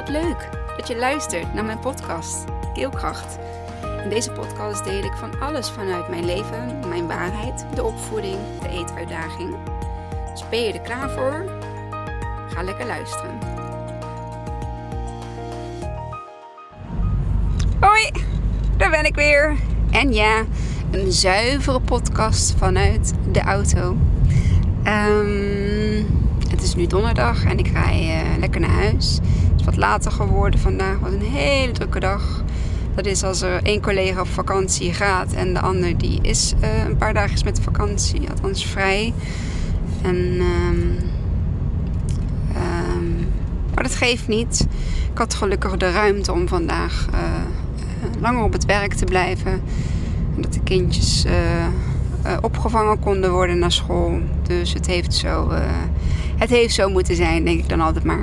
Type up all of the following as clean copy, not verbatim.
Wat leuk dat je luistert naar mijn podcast Keelkracht. In deze podcast deel ik van alles vanuit mijn leven, mijn waarheid, de opvoeding, de eetuitdaging. Dus ben je er klaar voor? Ga lekker luisteren. Hoi, daar ben ik weer. En ja, een zuivere podcast vanuit de auto. Het is nu donderdag en ik rij lekker naar huis. Het is wat later geworden vandaag. Het was een hele drukke dag. Dat is als er één collega op vakantie gaat en de ander die is een paar dagen met vakantie, althans vrij. Maar dat geeft niet. Ik had gelukkig de ruimte om vandaag langer op het werk te blijven. En dat de kindjes opgevangen konden worden naar school. Dus het heeft zo moeten zijn, denk ik dan altijd maar.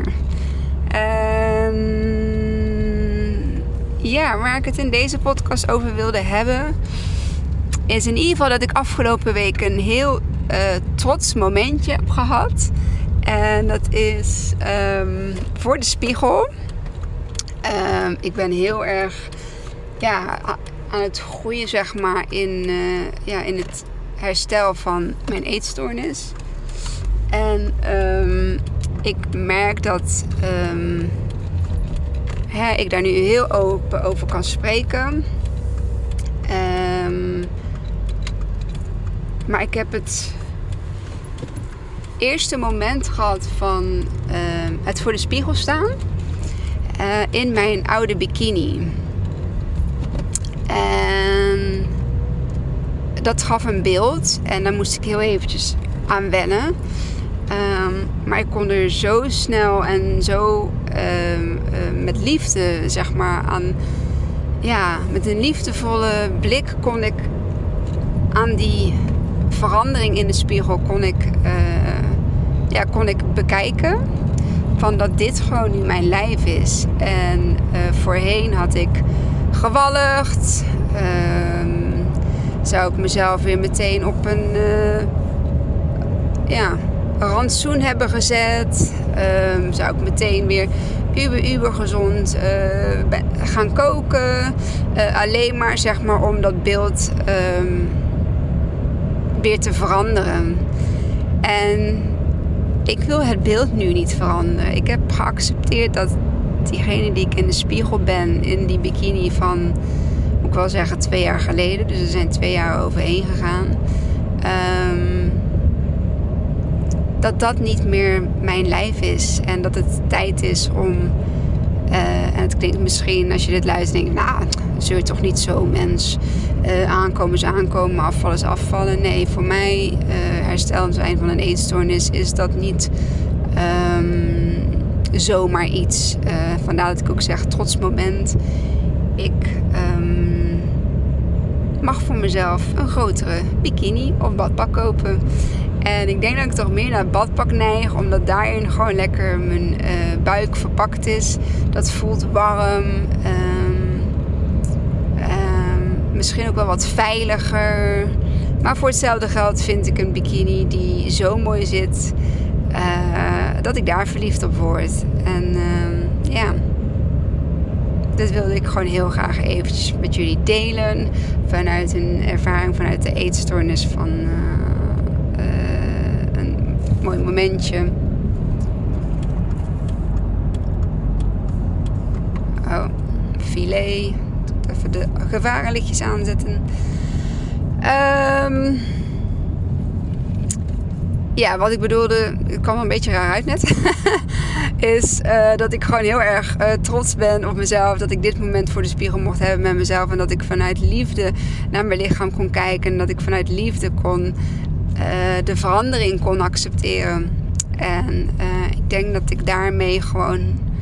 Ja, waar ik het in deze podcast over wilde hebben, is in ieder geval dat ik afgelopen week een heel trots momentje heb gehad. En dat is voor de spiegel. Ik ben heel erg aan het groeien, zeg maar, in het herstel van mijn eetstoornis. En ik merk dat ik daar nu heel open over kan spreken. Maar ik heb het eerste moment gehad van het voor de spiegel staan in mijn oude bikini. En dat gaf een beeld en daar moest ik heel eventjes aan wennen. Maar ik kon er zo snel en zo met liefde, zeg maar, met een liefdevolle blik kon ik aan die verandering in de spiegel kon ik bekijken van dat dit gewoon nu mijn lijf is. En voorheen had ik gewalligd, zou ik mezelf weer meteen op een rantsoen hebben gezet. Zou ik meteen weer uber gezond gaan koken. Alleen maar, zeg maar, om dat beeld weer te veranderen. En ik wil het beeld nu niet veranderen. Ik heb geaccepteerd dat diegene die ik in de spiegel ben, in die bikini van, moet ik wel zeggen, 2 jaar geleden. Dus er zijn 2 jaar overheen gegaan. Dat niet meer mijn lijf is. En dat het tijd is om... en het klinkt misschien, als je dit luistert, denk je, zul je toch niet zo, mens. Aankomen is aankomen, afvallen is afvallen. Nee, voor mij, herstel zijn van een eetstoornis, is dat niet zomaar iets. Vandaar dat ik ook zeg, trots moment. Ik mag voor mezelf een grotere bikini of badpak kopen. En ik denk dat ik toch meer naar het badpak neig, omdat daarin gewoon lekker mijn buik verpakt is. Dat voelt warm. Misschien ook wel wat veiliger. Maar voor hetzelfde geld vind ik een bikini die zo mooi zit, dat ik daar verliefd op word. En dit wilde ik gewoon heel graag eventjes met jullie delen. Vanuit een ervaring vanuit de eetstoornis van... mooi momentje. Oh, filet. Even de gevarenlichtjes aanzetten. Wat ik bedoelde, het kwam er een beetje raar uit net. Is dat ik gewoon heel erg trots ben op mezelf. Dat ik dit moment voor de spiegel mocht hebben met mezelf. En dat ik vanuit liefde naar mijn lichaam kon kijken. En dat ik vanuit liefde de verandering kon accepteren. En ik denk dat ik daarmee gewoon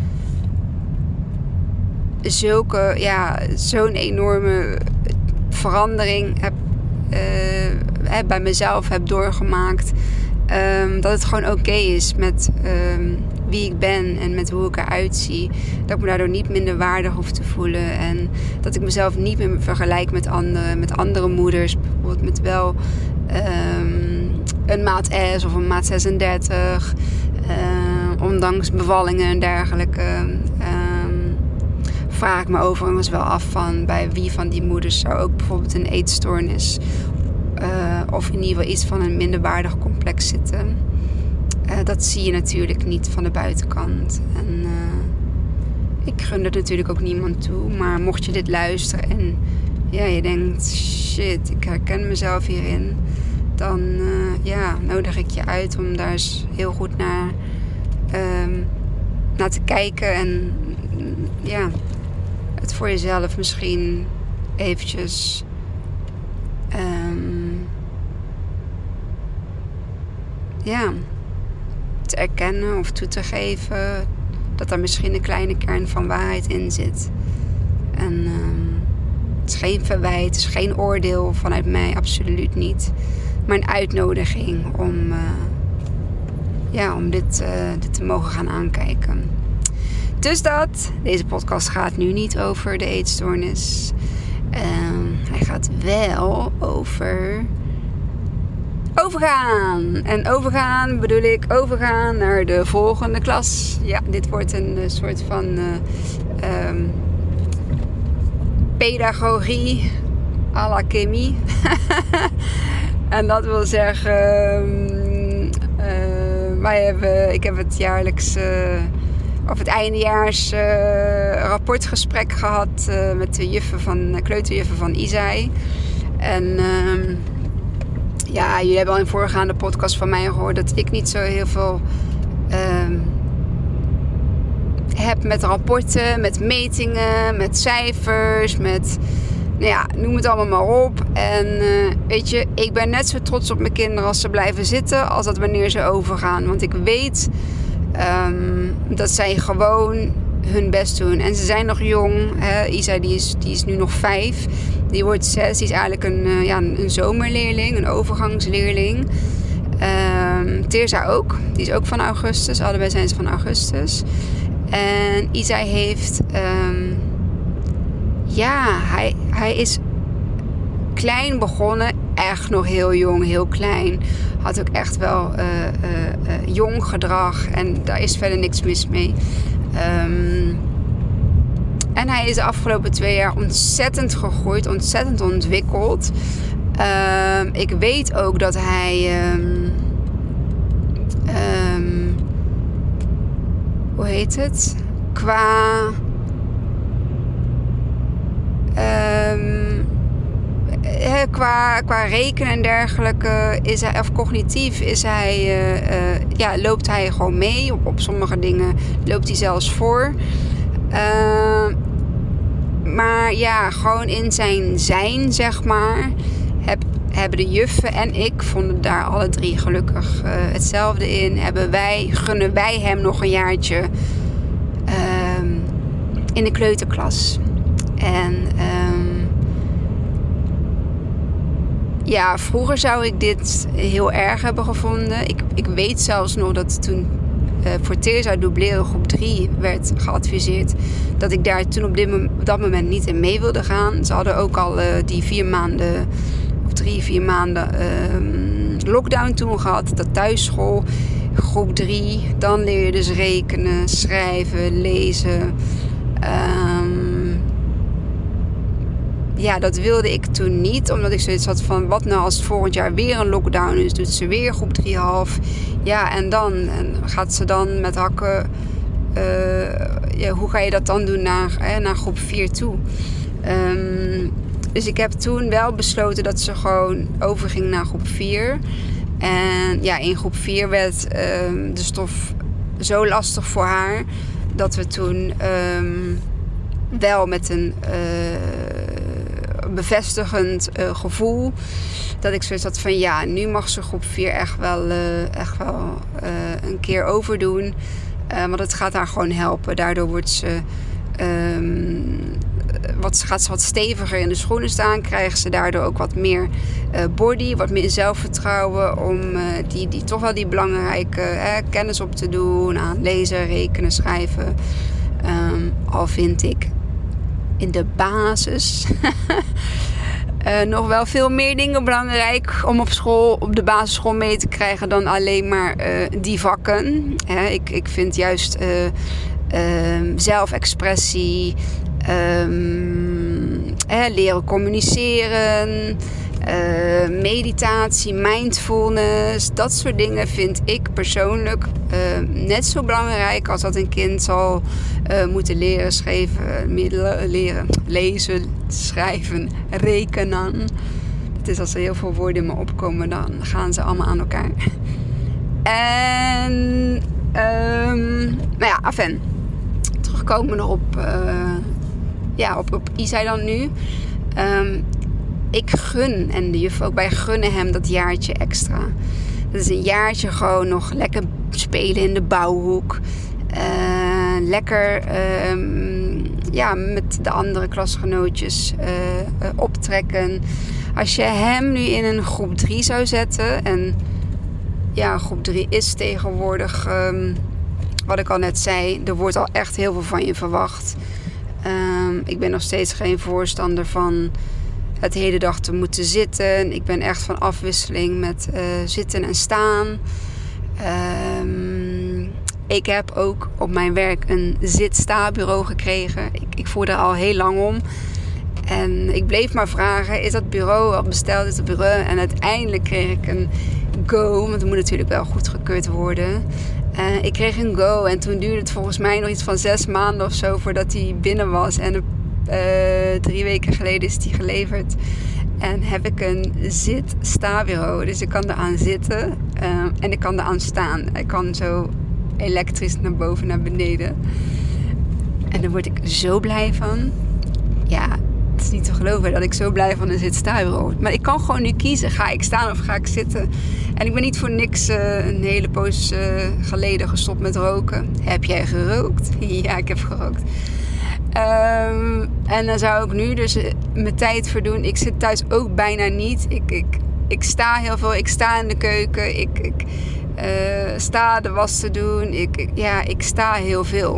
zo'n enorme verandering bij mezelf heb doorgemaakt. Dat het gewoon oké is met wie ik ben en met hoe ik eruit zie. Dat ik me daardoor niet minder waardig hoef te voelen. En dat ik mezelf niet meer vergelijk met andere moeders. Bijvoorbeeld met wel een maat S of een maat 36. Ondanks bevallingen en dergelijke. vraag ik me overigens wel af van bij wie van die moeders zou ook bijvoorbeeld een eetstoornis of in ieder geval iets van een minderwaardig complex zitten. Dat zie je natuurlijk niet van de buitenkant. En ik gun het natuurlijk ook niemand toe. Maar mocht je dit luisteren en je denkt, shit, ik herken mezelf hierin. Dan nodig ik je uit om daar eens heel goed naar te kijken. En het voor jezelf misschien eventjes te erkennen of toe te geven dat er misschien een kleine kern van waarheid in zit. En het is geen verwijt, het is geen oordeel vanuit mij, absoluut niet. Maar een uitnodiging om dit te mogen gaan aankijken. Dus deze podcast gaat nu niet over de eetstoornis. Hij gaat wel over overgaan. En overgaan bedoel ik overgaan naar de volgende klas. Ja, dit wordt een soort van pedagogie à la chemie. En dat wil zeggen, ik heb het jaarlijks of het eindejaars rapportgesprek gehad met de kleuterjuffen van Isai. En jullie hebben al in voorgaande podcast van mij gehoord dat ik niet zo heel veel heb met rapporten, met metingen, met cijfers, met noem het allemaal maar op. En weet je, ik ben net zo trots op mijn kinderen als ze blijven zitten als dat wanneer ze overgaan. Want ik weet dat zij gewoon hun best doen. En ze zijn nog jong. Isa die is nu nog 5. Die wordt 6. Die is eigenlijk een zomerleerling, een overgangsleerling. Teersa ook. Die is ook van augustus. Allebei zijn ze van augustus. En Isa heeft... hij is klein begonnen. Echt nog heel jong, heel klein. Had ook echt wel jong gedrag. En daar is verder niks mis mee. En hij is de afgelopen 2 jaar ontzettend gegroeid. Ontzettend ontwikkeld. Ik weet ook dat hij... hoe heet het? Qua rekenen en dergelijke is hij, of cognitief is hij, loopt hij gewoon mee. Op sommige dingen loopt hij zelfs voor. Maar gewoon in zijn zeg maar, hebben de juffen en ik vonden daar alle 3 gelukkig hetzelfde in. Gunnen wij hem nog een jaartje in de kleuterklas. En vroeger zou ik dit heel erg hebben gevonden. Ik weet zelfs nog dat toen voor Teersa doubleren groep 3 werd geadviseerd, dat ik daar toen op dat moment niet in mee wilde gaan. Ze hadden ook al die 4 maanden of 3-4 maanden lockdown toen gehad. Dat thuisschool, groep 3. Dan leer je dus rekenen, schrijven, lezen. Dat wilde ik toen niet. Omdat ik zoiets had van, wat nou als het volgend jaar weer een lockdown is. Doet ze weer groep 3,5. En dan gaat ze dan met hakken... hoe ga je dat dan doen naar groep 4 toe? Dus ik heb toen wel besloten dat ze gewoon overging naar groep 4. En in groep 4 werd de stof zo lastig voor haar... dat we toen wel met een bevestigend gevoel... dat ik zoiets had van nu mag ze groep 4 echt wel een keer overdoen. Want het gaat haar gewoon helpen. Daardoor wordt ze... gaat ze wat steviger in de schoenen staan. Krijgen ze daardoor ook wat meer body, wat meer zelfvertrouwen om die toch wel die belangrijke kennis op te doen aan lezen, rekenen, schrijven. Al vind ik in de basis nog wel veel meer dingen belangrijk om op de basisschool mee te krijgen dan alleen maar die vakken. Ik vind juist zelfexpressie, leren communiceren, meditatie, mindfulness. Dat soort dingen vind ik persoonlijk net zo belangrijk als dat een kind zal moeten leren lezen, schrijven, rekenen. Het is als er heel veel woorden in me opkomen, dan gaan ze allemaal aan elkaar. En afijn. Terugkomen op Isai dan nu. Ik gun, en de juf ook, wij gunnen hem dat jaartje extra. Dat is een jaartje gewoon nog lekker spelen in de bouwhoek. Lekker met de andere klasgenootjes optrekken. Als je hem nu in een groep 3 zou zetten. En ja, groep 3 is tegenwoordig, wat ik al net zei, er wordt al echt heel veel van je verwacht. Ik ben nog steeds geen voorstander van het de hele dag te moeten zitten. Ik ben echt van afwisseling met zitten en staan. Ik heb ook op mijn werk een zit-sta-bureau gekregen. Ik voer daar al heel lang om. En ik bleef maar vragen, is dat bureau al besteld? Is dat bureau? En uiteindelijk kreeg ik een go. Want het moet natuurlijk wel goedgekeurd worden. Ik kreeg een go. En toen duurde het volgens mij nog iets van 6 maanden of zo voordat hij binnen was. En 3 weken geleden is die geleverd. En heb ik een zit-sta-bureau. Dus ik kan eraan zitten en ik kan eraan staan. Ik kan zo elektrisch naar boven en naar beneden. En daar word ik zo blij van. Ja, het is niet te geloven dat ik zo blij van een zit-sta-bureau. Maar ik kan gewoon nu kiezen. Ga ik staan of ga ik zitten? En ik ben niet voor niks een hele poos geleden gestopt met roken. Heb jij gerookt? Ja, ik heb gerookt. En dan zou ik nu dus mijn tijd verdoen. Ik zit thuis ook bijna niet. Ik sta heel veel. Ik sta in de keuken. Ik sta de was te doen. Ik sta heel veel.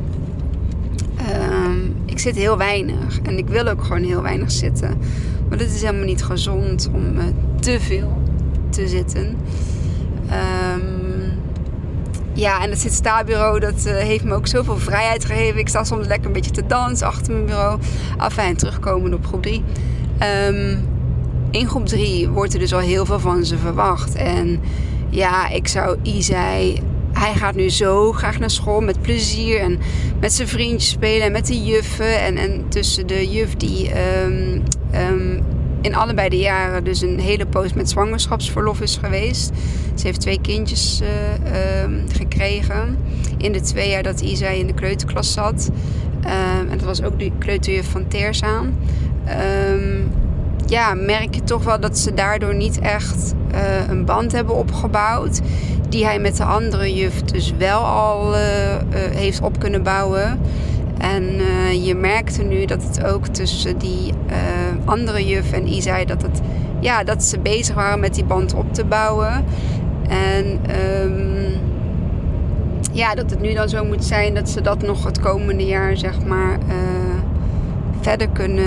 Ik zit heel weinig. En ik wil ook gewoon heel weinig zitten. Maar het is helemaal niet gezond om te veel te zitten. En het zit-sta-bureau, dat heeft me ook zoveel vrijheid gegeven. Ik sta soms lekker een beetje te dansen achter mijn bureau. Afijn, terugkomen op groep 3. In groep 3 wordt er dus al heel veel van ze verwacht. En ja, ik zou Isai... Hij gaat nu zo graag naar school met plezier en met zijn vriendjes spelen en met de juffen. En tussen de juf die in allebei de jaren dus een hele poos met zwangerschapsverlof is geweest. Ze heeft 2 kindjes gekregen in de 2 jaar dat Isai in de kleuterklas zat. En dat was ook de kleuterjuf van Teersa. Merk je toch wel dat ze daardoor niet echt een band hebben opgebouwd. Die hij met de andere juf dus wel al heeft op kunnen bouwen. En je merkte nu dat het ook tussen die andere juf en Isai... dat ze bezig waren met die band op te bouwen. En dat het nu dan zo moet zijn dat ze dat nog het komende jaar zeg maar verder kunnen...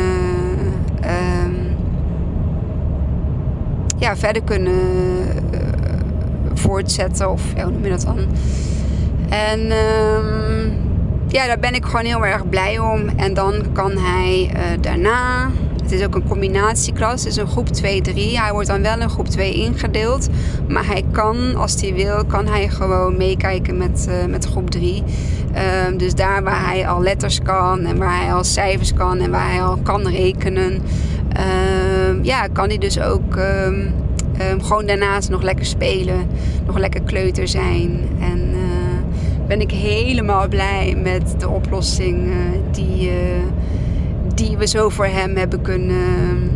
verder kunnen voortzetten. Of hoe noem je dat dan? En daar ben ik gewoon heel erg blij om. En dan kan hij daarna... Het is ook een combinatieklas. Het is een groep 2-3. Hij wordt dan wel in groep 2 ingedeeld. Maar hij kan, als hij wil, kan hij gewoon meekijken met groep 3. Dus daar waar hij al letters kan. En waar hij al cijfers kan. En waar hij al kan rekenen. Kan hij dus ook gewoon daarnaast nog lekker spelen. Nog lekker kleuter zijn. En ben ik helemaal blij met de oplossing die we zo voor hem hebben kunnen...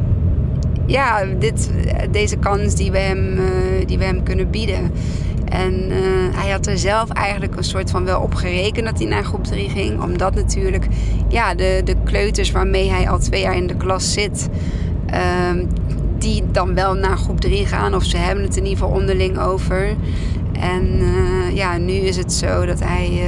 deze kans die we hem kunnen bieden. En hij had er zelf eigenlijk een soort van wel op gerekend dat hij naar groep 3 ging. Omdat natuurlijk de kleuters waarmee hij al 2 jaar in de klas zit... die dan wel naar groep 3 gaan. Of ze hebben het in ieder geval onderling over. En nu is het zo dat hij...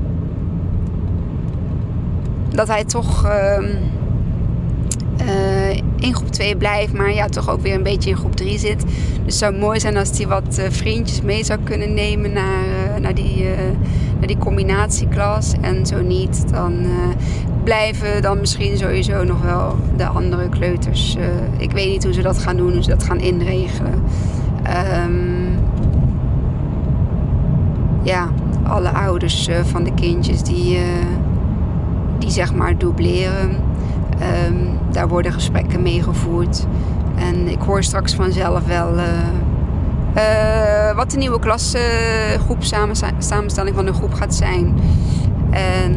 dat hij toch in groep 2 blijft, maar ja, toch ook weer een beetje in groep 3 zit. Dus het zou mooi zijn als hij wat vriendjes mee zou kunnen nemen naar die combinatieklas. En zo niet, dan blijven dan misschien sowieso nog wel de andere kleuters. Ik weet niet hoe ze dat gaan doen, hoe ze dat gaan inregelen. Alle ouders van de kindjes die zeg maar dubleren. Daar worden gesprekken mee gevoerd. En ik hoor straks vanzelf wel wat de nieuwe klasgroep samenstelling van de groep gaat zijn. En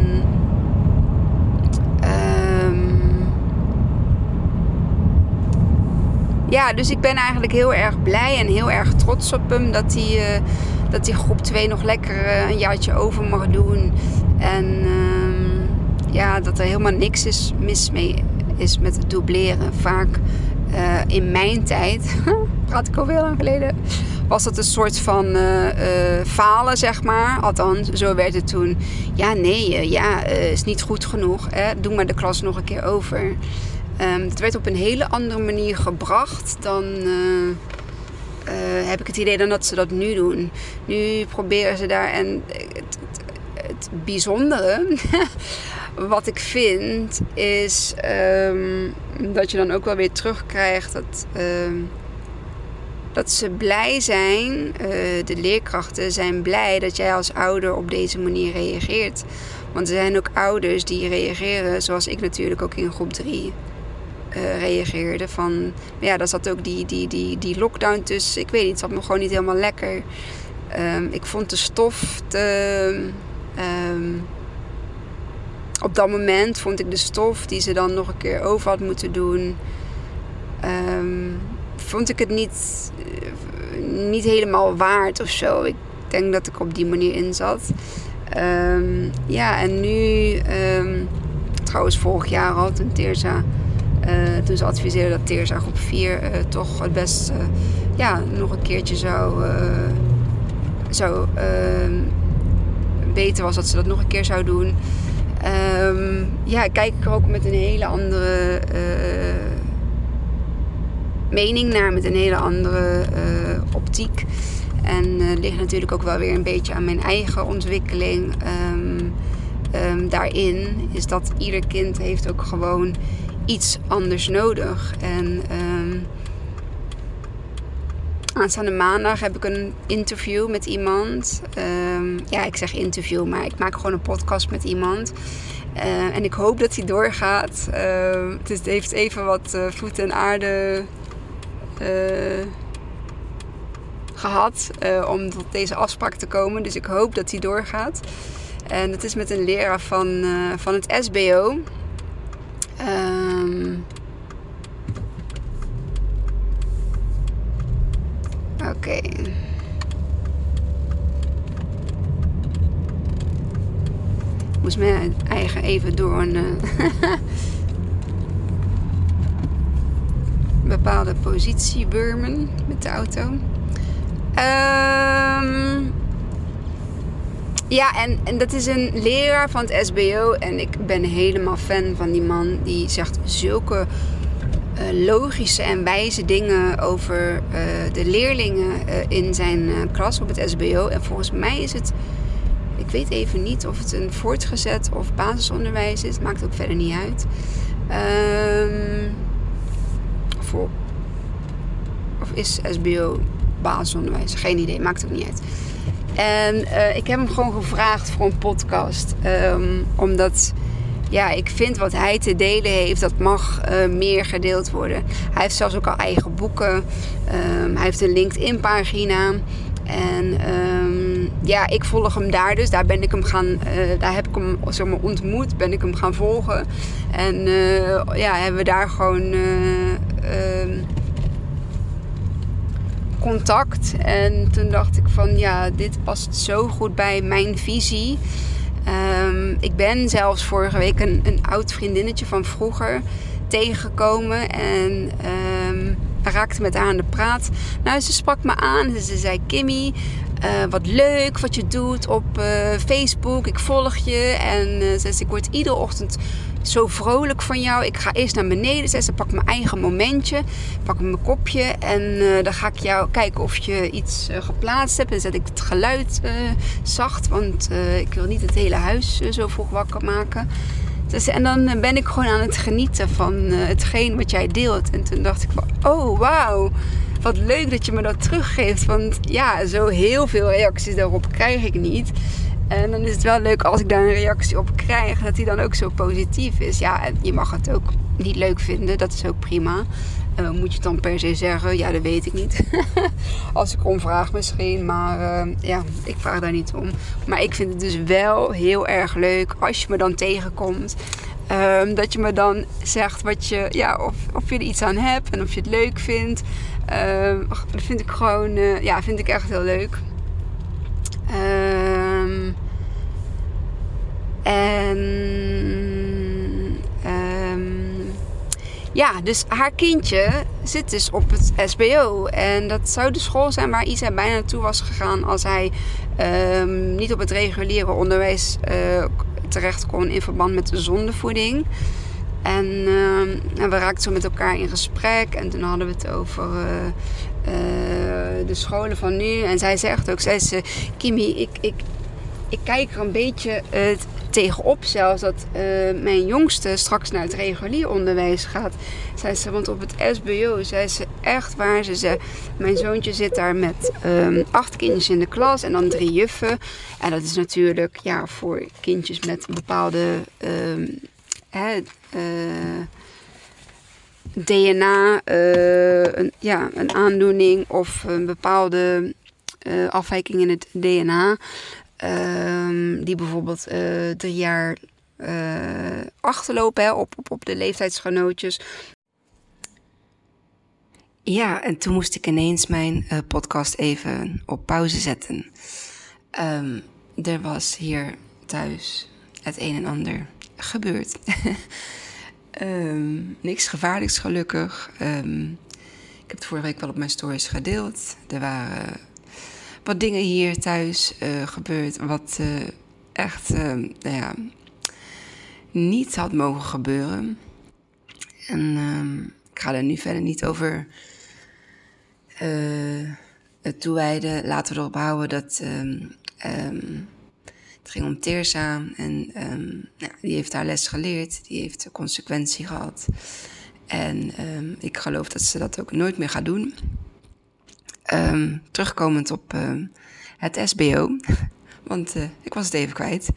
dus ik ben eigenlijk heel erg blij en heel erg trots op hem dat hij groep 2 nog lekker een jaartje over mag doen. En dat er helemaal niks mis mee is met het dubleren. Vaak in mijn tijd, praat ik al heel lang geleden, was dat een soort van falen, zeg maar. Althans, zo werd het toen. Is niet goed genoeg. Doe maar de klas nog een keer over. Het werd op een hele andere manier gebracht dan... heb ik het idee dan dat ze dat nu doen. Nu proberen ze daar... En het bijzondere... wat ik vind... is... dat je dan ook wel weer terugkrijgt... dat ze blij zijn... de leerkrachten zijn blij... dat jij als ouder op deze manier reageert. Want er zijn ook ouders die reageren... zoals ik natuurlijk ook in groep 3... reageerde van... daar zat ook die lockdown tussen. Ik weet niet, het zat me gewoon niet helemaal lekker. Ik vond de stof op dat moment vond ik de stof die ze dan nog een keer over had moeten doen... vond ik het niet helemaal waard of zo. Ik denk dat ik op die manier in zat. En nu... trouwens vorig jaar al, toen Teersa... toen ze adviseerde dat Teersa groep 4 toch het best nog een keertje zou beter was dat ze dat nog een keer zou doen. Kijk ik er ook met een hele andere mening naar, met een hele andere optiek. En ligt natuurlijk ook wel weer een beetje aan mijn eigen ontwikkeling. Daarin is dat ieder kind heeft ook gewoon iets anders nodig. En aanstaande maandag heb ik een interview met iemand. Ik zeg interview, maar ik maak gewoon een podcast met iemand. En ik hoop dat hij doorgaat. Het heeft even wat voet en aarde gehad om tot deze afspraak te komen. Dus ik hoop dat hij doorgaat. En het is met een leraar van het SBO. Oké. Moest mijn eigen even door een bepaalde positie burmen met de auto. En dat is een leraar van het SBO. En ik ben helemaal fan van die man. Die zegt zulke logische en wijze dingen over de leerlingen in zijn klas op het SBO. En volgens mij is het... Ik weet even niet of het een voortgezet of basisonderwijs is. Maakt ook verder niet uit. Of is SBO basisonderwijs? Geen idee, maakt ook niet uit. En ik heb hem gewoon gevraagd voor een podcast. Omdat ik vind wat hij te delen heeft, dat mag meer gedeeld worden. Hij heeft zelfs ook al eigen boeken. Hij heeft een LinkedIn pagina. En ik volg hem daar dus. Daar ben ik hem daar heb ik hem ontmoet. Ben ik hem gaan volgen. En hebben we daar gewoon contact. En toen dacht ik van dit past zo goed bij mijn visie. Ik ben zelfs vorige week een oud vriendinnetje van vroeger tegengekomen. En raakte met haar aan de praat. Nou, ze sprak me aan. Ze zei: Kimmy, wat leuk wat je doet op Facebook. Ik volg je. En zei ze, ik word iedere ochtend zo vrolijk van jou. Ik ga eerst naar beneden. Zei ze, pak mijn eigen momentje. Pak mijn kopje. En dan ga ik jou kijken of je iets geplaatst hebt. En zet ik het geluid zacht. Want ik wil niet het hele huis zo vroeg wakker maken. Dus, en dan ben ik gewoon aan het genieten van hetgeen wat jij deelt. En toen dacht ik van, oh wauw, wat leuk dat je me dat teruggeeft. Want ja, zo heel veel reacties daarop krijg ik niet. En dan is het wel leuk als ik daar een reactie op krijg, dat die dan ook zo positief is. Ja, en je mag het ook niet leuk vinden, dat is ook prima. Moet je het dan per se zeggen? Ja, dat weet ik niet. Als ik om vraag misschien. Maar ja, ik vraag daar niet om. Maar ik vind het dus wel heel erg leuk als je me dan tegenkomt. Dat je me dan zegt wat je, ja, of je er iets aan hebt en of je het leuk vindt. Dat vind ik gewoon, ja, vind ik echt heel leuk. Ja, dus haar kindje zit dus op het SBO. En dat zou de school zijn waar Isa bijna naartoe was gegaan als hij niet op het reguliere onderwijs terecht kon in verband met de zondevoeding. En we raakten zo met elkaar in gesprek. En toen hadden we het over de scholen van nu. En zij zegt ook, Kimi, ik kijk er een beetje tegenop zelfs dat mijn jongste straks naar het regulier onderwijs gaat. Zei ze, want op het SBO, zei ze echt waar. Ze zei, mijn zoontje zit daar met 8 kindjes in de klas en dan 3 juffen. En dat is natuurlijk ja, voor kindjes met een bepaalde DNA, een aandoening of een bepaalde afwijking in het DNA. Die bijvoorbeeld 3 jaar achterlopen op de leeftijdsgenootjes. Ja, en toen moest ik ineens mijn podcast even op pauze zetten. Er was hier thuis het een en ander gebeurd. Niks gevaarlijks gelukkig. Ik heb het vorige week wel op mijn stories gedeeld. Er waren wat dingen hier thuis gebeurd wat echt niet had mogen gebeuren. En ik ga er nu verder niet over het toewijden. Laten we erop houden dat het ging om Teersa. En die heeft haar les geleerd. Die heeft consequentie gehad. En ik geloof dat ze dat ook nooit meer gaat doen. Terugkomend op het SBO. Want ik was het even kwijt.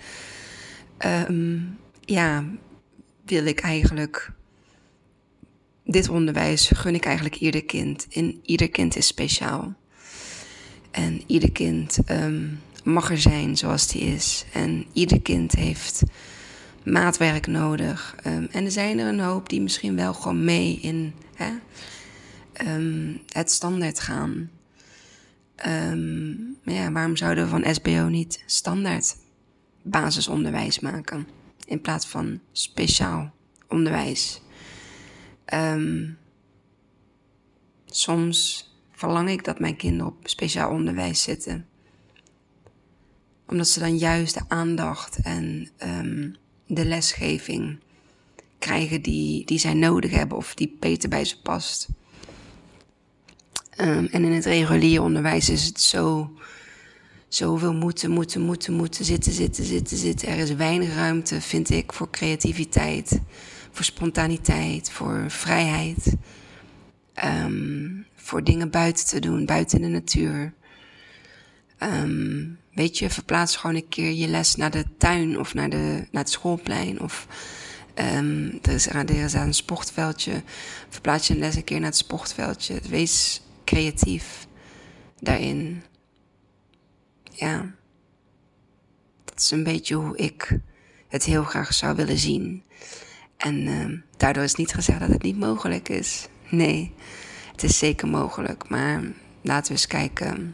Wil ik eigenlijk dit onderwijs gun ik eigenlijk ieder kind. En ieder kind is speciaal. En ieder kind mag er zijn zoals die is. En ieder kind heeft maatwerk nodig. En er zijn er een hoop die misschien wel gewoon mee in het standaard gaan. Maar ja, waarom zouden we van SBO niet standaard basisonderwijs maken in plaats van speciaal onderwijs? Soms verlang ik dat mijn kinderen op speciaal onderwijs zitten, omdat ze dan juist de aandacht en de lesgeving krijgen die zij nodig hebben of die beter bij ze past. En in het regulier onderwijs is het zoveel moeten, zitten. Er is weinig ruimte, vind ik, voor creativiteit, voor spontaniteit, voor vrijheid. Voor dingen buiten te doen, buiten in de natuur. Weet je, verplaats gewoon een keer je les naar de tuin of naar het schoolplein. Of er is een sportveldje. Verplaats je een les een keer naar het sportveldje. Wees creatief daarin. Ja, dat is een beetje hoe ik het heel graag zou willen zien. En daardoor is niet gezegd dat het niet mogelijk is. Nee, het is zeker mogelijk. Maar laten we eens kijken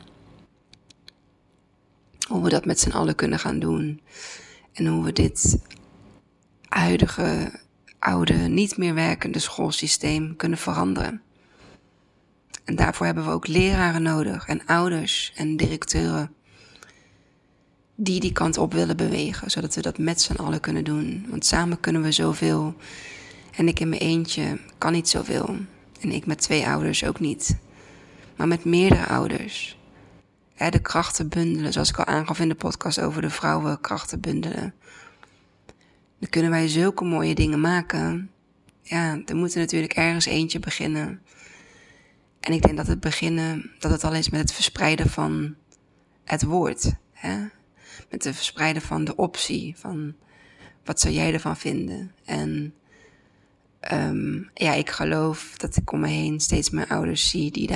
hoe we dat met z'n allen kunnen gaan doen. En hoe we dit oude, niet meer werkende schoolsysteem kunnen veranderen. En daarvoor hebben we ook leraren nodig en ouders en directeuren die kant op willen bewegen, zodat we dat met z'n allen kunnen doen. Want samen kunnen we zoveel en ik in mijn eentje kan niet zoveel. En ik met 2 ouders ook niet. Maar met meerdere ouders. De krachten bundelen, zoals ik al aangaf in de podcast over de vrouwen krachten bundelen. Dan kunnen wij zulke mooie dingen maken. Ja, er moet er natuurlijk ergens eentje beginnen. En ik denk dat het al is met het verspreiden van het woord. Met het verspreiden van de optie, van wat zou jij ervan vinden? En ik geloof dat ik om me heen steeds meer ouders zie die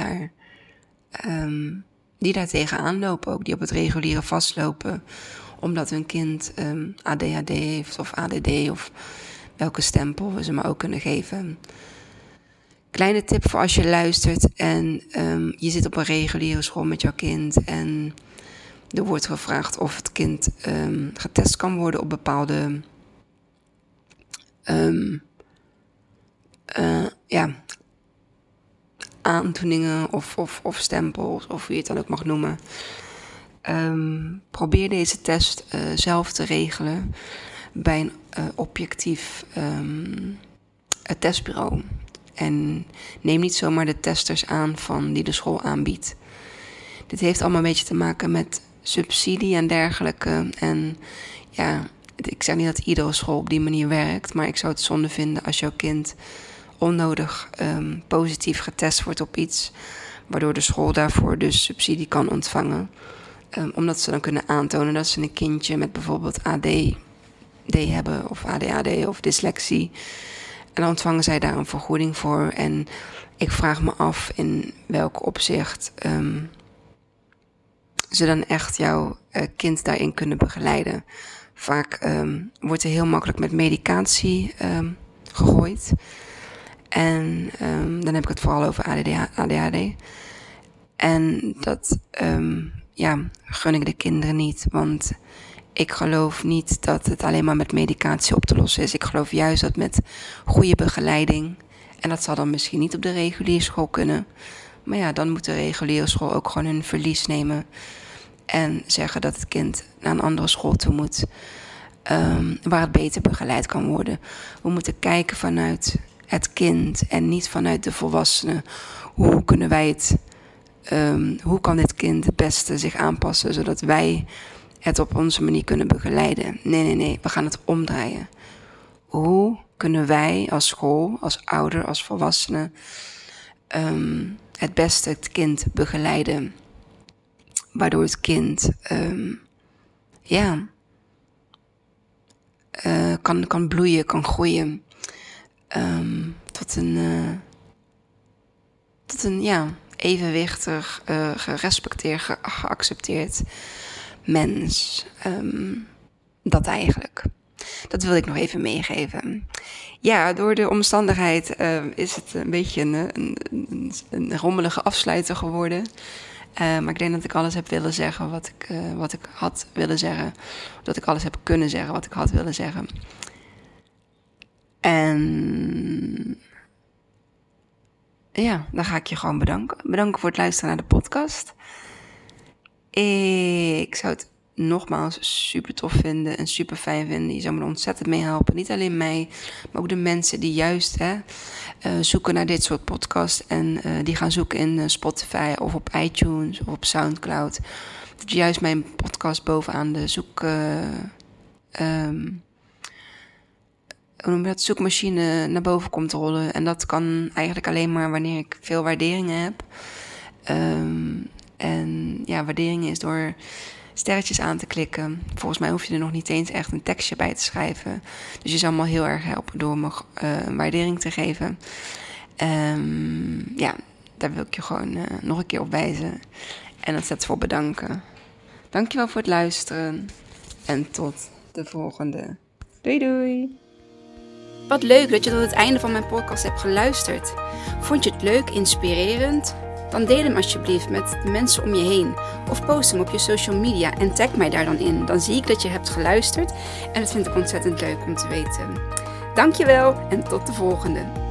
daar tegenaan lopen, ook die op het reguliere vastlopen, omdat hun kind ADHD heeft of ADD of welke stempel we ze maar ook kunnen geven. Kleine tip voor als je luistert en je zit op een reguliere school met jouw kind en er wordt gevraagd of het kind getest kan worden op bepaalde aandoeningen of stempels, of hoe je het dan ook mag noemen. Probeer deze test zelf te regelen bij een objectief testbureau. En neem niet zomaar de testers aan van die de school aanbiedt. Dit heeft allemaal een beetje te maken met subsidie en dergelijke. En ja, ik zeg niet dat iedere school op die manier werkt, maar ik zou het zonde vinden als jouw kind onnodig positief getest wordt op iets, waardoor de school daarvoor dus subsidie kan ontvangen. Omdat ze dan kunnen aantonen dat ze een kindje met bijvoorbeeld ADD hebben of ADHD of dyslexie. En dan ontvangen zij daar een vergoeding voor. En ik vraag me af in welk opzicht ze dan echt jouw kind daarin kunnen begeleiden. Vaak wordt er heel makkelijk met medicatie gegooid. En dan heb ik het vooral over ADHD. En dat gun ik de kinderen niet. Want ik geloof niet dat het alleen maar met medicatie op te lossen is. Ik geloof juist dat met goede begeleiding, en dat zal dan misschien niet op de reguliere school kunnen, maar ja, dan moet de reguliere school ook gewoon hun verlies nemen en zeggen dat het kind naar een andere school toe moet, waar het beter begeleid kan worden. We moeten kijken vanuit het kind en niet vanuit de volwassenen. Hoe kunnen wij hoe kan dit kind het beste zich aanpassen, zodat wij het op onze manier kunnen begeleiden? Nee, we gaan het omdraaien. Hoe kunnen wij als school, als ouder, als volwassenen het beste het kind begeleiden, waardoor het kind kan bloeien, kan groeien tot een evenwichtig, gerespecteerd, geaccepteerd mens. Dat eigenlijk. Dat wil ik nog even meegeven. Ja, door de omstandigheid is het een beetje een rommelige afsluiter geworden. Maar ik denk dat ik alles heb willen zeggen wat ik had willen zeggen. Dat ik alles heb kunnen zeggen wat ik had willen zeggen. En ja, dan ga ik je gewoon bedanken. Bedanken voor het luisteren naar de podcast. Ik zou het nogmaals super tof vinden en super fijn vinden. Je zou me er ontzettend mee helpen. Niet alleen mij, maar ook de mensen die juist zoeken naar dit soort podcasts. En die gaan zoeken in Spotify of op iTunes of op Soundcloud. Dat juist mijn podcast bovenaan de zoekmachine naar boven komt rollen. En dat kan eigenlijk alleen maar wanneer ik veel waarderingen heb. En ja, waarderingen is door sterretjes aan te klikken. Volgens mij hoef je er nog niet eens echt een tekstje bij te schrijven. Dus je zal me heel erg helpen door me een waardering te geven. Daar wil ik je gewoon nog een keer op wijzen. En ontzettend voor bedanken. Dankjewel voor het luisteren. En tot de volgende. Doei doei. Wat leuk dat je tot het einde van mijn podcast hebt geluisterd. Vond je het leuk, inspirerend? Dan deel hem alsjeblieft met de mensen om je heen. Of post hem op je social media en tag mij daar dan in. Dan zie ik dat je hebt geluisterd en dat vind ik ontzettend leuk om te weten. Dankjewel en tot de volgende.